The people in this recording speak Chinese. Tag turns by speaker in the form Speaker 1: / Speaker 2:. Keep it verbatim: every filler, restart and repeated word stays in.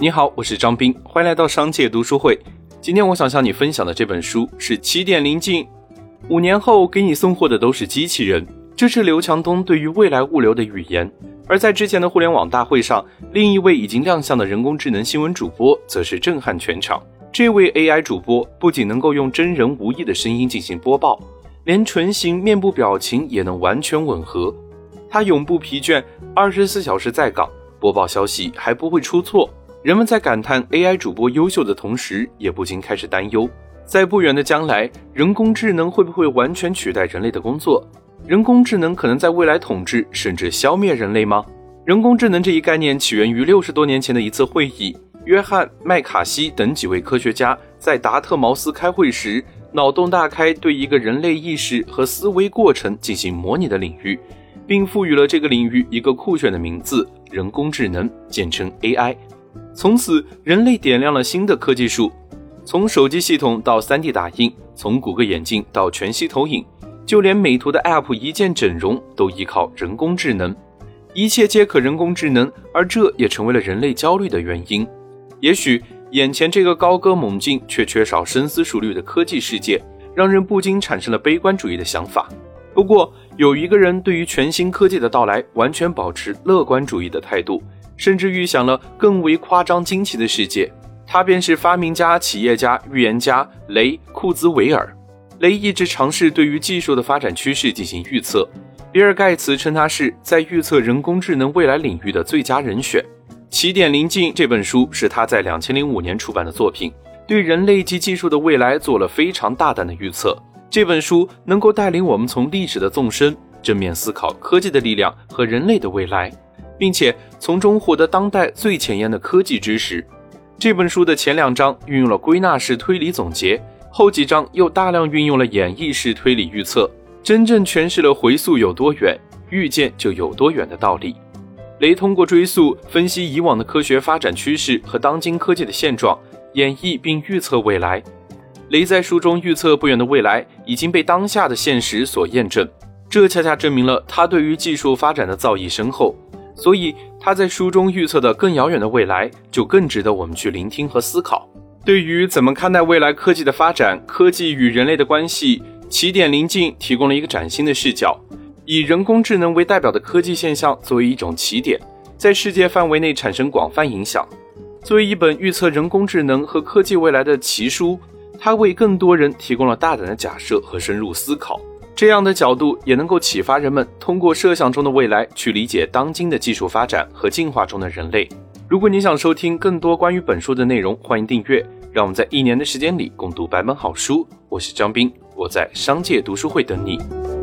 Speaker 1: 你好，我是张斌，欢迎来到商界读书会。今天我想向你分享的这本书是起点临近，五年后给你送货的都是机器人，这是刘强东对于未来物流的预言。而在之前的互联网大会上，另一位已经亮相的人工智能新闻主播则是震撼全场。这位 A I 主播不仅能够用真人无异的声音进行播报，连唇形、面部表情也能完全吻合。他永不疲倦，二十四小时在岗，播报消息还不会出错。人们在感叹 A I 主播优秀的同时，也不禁开始担忧，在不远的将来，人工智能会不会完全取代人类的工作？人工智能可能在未来统治甚至消灭人类吗？人工智能这一概念起源于六十多年前的一次会议，约翰·麦卡锡等几位科学家在达特茅斯开会时，脑洞大开，对一个人类意识和思维过程进行模拟的领域，并赋予了这个领域一个酷炫的名字——人工智能，简称 A I。从此，人类点亮了新的科技树，从手机系统到 三 D 打印，从谷歌眼镜到全息投影，就连美图的 App 一键整容都依靠人工智能。一切皆可人工智能，而这也成为了人类焦虑的原因。也许眼前这个高歌猛进却缺少深思熟虑的科技世界，让人不禁产生了悲观主义的想法。不过，有一个人对于全新科技的到来完全保持乐观主义的态度，甚至预想了更为夸张惊奇的世界。他便是发明家、企业家、预言家雷·库兹韦尔。雷一直尝试对于技术的发展趋势进行预测，比尔盖茨称他是在预测人工智能未来领域的最佳人选。起点临近这本书是他在二零零五年出版的作品，对人类及技术的未来做了非常大胆的预测。这本书能够带领我们从历史的纵深正面思考科技的力量和人类的未来，并且从中获得当代最前沿的科技知识。这本书的前两章运用了归纳式推理总结，后几章又大量运用了演绎式推理预测，真正诠释了回溯有多远，预见就有多远的道理。雷通过追溯分析以往的科学发展趋势和当今科技的现状，演绎并预测未来。雷在书中预测不远的未来已经被当下的现实所验证，这恰恰证明了他对于技术发展的造诣深厚，所以他在书中预测的更遥远的未来就更值得我们去聆听和思考。对于怎么看待未来科技的发展，科技与人类的关系，起点临近提供了一个崭新的视角，以人工智能为代表的科技现象作为一种起点，在世界范围内产生广泛影响。作为一本预测人工智能和科技未来的奇书，它为更多人提供了大胆的假设和深入思考。这样的角度也能够启发人们通过设想中的未来去理解当今的技术发展和进化中的人类。如果你想收听更多关于本书的内容，欢迎订阅，让我们在一年的时间里共读百本好书。我是张斌，我在商界读书会等你。